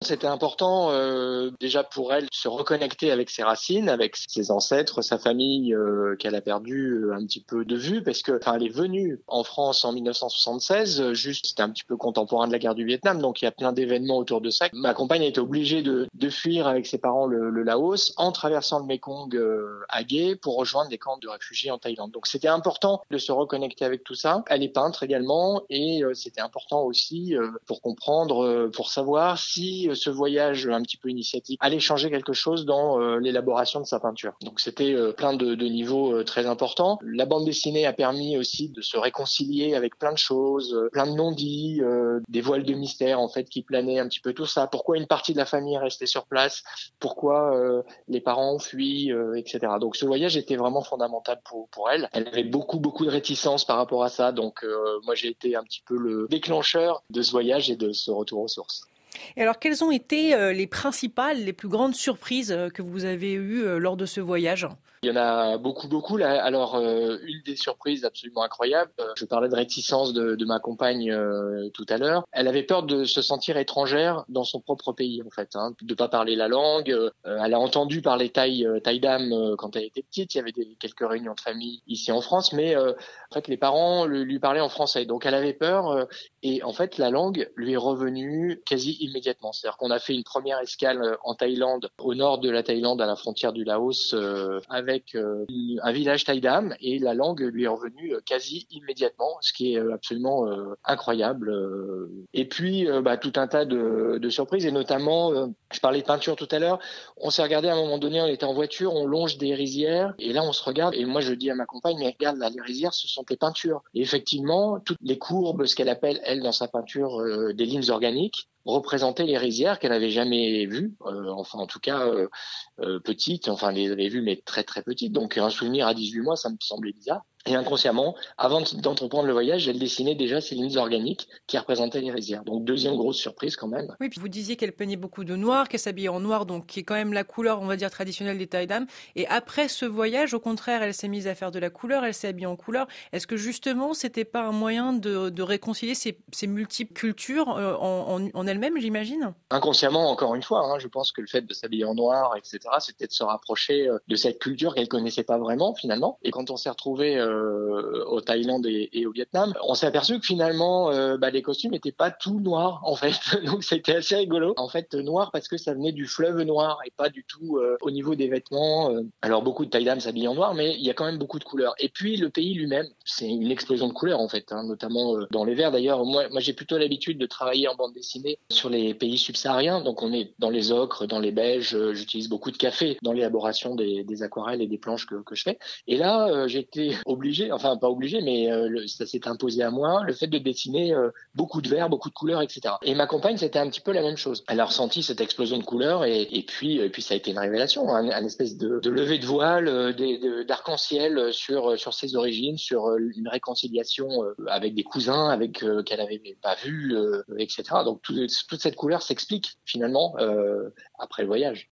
c'était important déjà pour elle de se reconnecter avec ses racines, avec ses ancêtres, sa famille qu'elle a perdu un petit peu de vue parce que elle est venue en France en 1976, juste c'était un petit peu contemporain de la guerre du Vietnam, donc il y a plein d'événements autour de ça. Ma compagne a été obligée de fuir avec ses parents le Laos en traversant le Mekong à gué pour rejoindre des camps de réfugiés en Thaïlande. Donc c'était important de se reconnecter avec tout ça. Elle est peintre également et c'était important aussi pour comprendre, pour savoir si ce voyage un petit peu initiatique allait changer quelque chose dans l'élaboration de sa peinture. Donc c'était plein de niveaux très importants. La bande dessinée a permis aussi de se réconcilier avec plein de choses, plein de non-dits, des voiles de mystère en fait qui planaient un petit peu tout ça. Pourquoi une partie de la famille est restée sur place? Pourquoi les parents ont fui, etc. Donc ce voyage était vraiment fondamental pour elle. Elle avait beaucoup de réticences par rapport à ça. Donc moi j'ai été un petit peu le déclencheur de ce voyage et de ce retour aux sources. Et alors, quelles ont été les principales, les plus grandes surprises que vous avez eues lors de ce voyage? Il y en a beaucoup là. Alors une des surprises absolument incroyables, je parlais de réticence de ma compagne tout à l'heure. Elle avait peur de se sentir étrangère dans son propre pays en fait, de pas parler la langue. Elle a entendu parler thaï dam quand elle était petite. Il y avait quelques réunions de famille ici en France, mais en fait les parents lui parlaient en français. Donc elle avait peur et en fait la langue lui est revenue quasi immédiatement. C'est-à-dire qu'on a fait une première escale en Thaïlande, au nord de la Thaïlande, à la frontière du Laos, avec un village thaï-dam et la langue lui est revenue quasi immédiatement, ce qui est absolument incroyable. Et puis tout un tas de surprises et notamment, je parlais de peinture tout à l'heure, on s'est regardé à un moment donné, on était en voiture, on longe des rizières et là on se regarde et moi je dis à ma compagne, mais regarde là, les rizières ce sont des peintures. Et effectivement, toutes les courbes, ce qu'elle appelle elle dans sa peinture des lignes organiques, représentaient les rizières qu'elle n'avait jamais vues, enfin en tout cas petites, enfin elle les avait vues mais très petites, donc un souvenir à 18 mois ça me semblait bizarre. Et inconsciemment, avant d'entreprendre le voyage, elle dessinait déjà ces lignes organiques qui représentaient les rizières. Donc deuxième grosse surprise quand même. Oui, puis vous disiez qu'elle peignait beaucoup de noir, qu'elle s'habillait en noir, donc qui est quand même la couleur, on va dire, traditionnelle des Thaï-dam. Et après ce voyage, au contraire, elle s'est mise à faire de la couleur, elle s'est habillée en couleur. Est-ce que justement, c'était pas un moyen de réconcilier ces multiples cultures en elles-mêmes, j'imagine? Inconsciemment, encore une fois, je pense que le fait de s'habiller en noir, etc., c'était de se rapprocher de cette culture qu'elle connaissait pas vraiment finalement. Et quand on s'est retrouvés au Thaïlande et au Vietnam, on s'est aperçu que finalement, les costumes n'étaient pas tout noirs en fait. Donc c'était assez rigolo. En fait, noir parce que ça venait du fleuve noir et pas du tout au niveau des vêtements. Alors beaucoup de Thaïdam s'habillent en noir, mais il y a quand même beaucoup de couleurs. Et puis le pays lui-même, c'est une explosion de couleurs en fait, notamment dans les verts. D'ailleurs, moi j'ai plutôt l'habitude de travailler en bande dessinée sur les pays subsahariens. Donc on est dans les ocres, dans les beiges. J'utilise beaucoup de café dans l'élaboration des aquarelles et des planches que je fais. Et là, j'ai été obligé, enfin pas obligé, mais ça s'est imposé à moi, le fait de dessiner beaucoup de verts, beaucoup de couleurs, etc. Et ma compagne, c'était un petit peu la même chose. Elle a ressenti cette explosion de couleurs et puis ça a été une révélation, un espèce de lever de voile, d'arc-en-ciel sur ses origines, sur une réconciliation avec des cousins, avec qu'elle avait pas vu, etc. Donc toute cette couleur s'explique finalement après le voyage.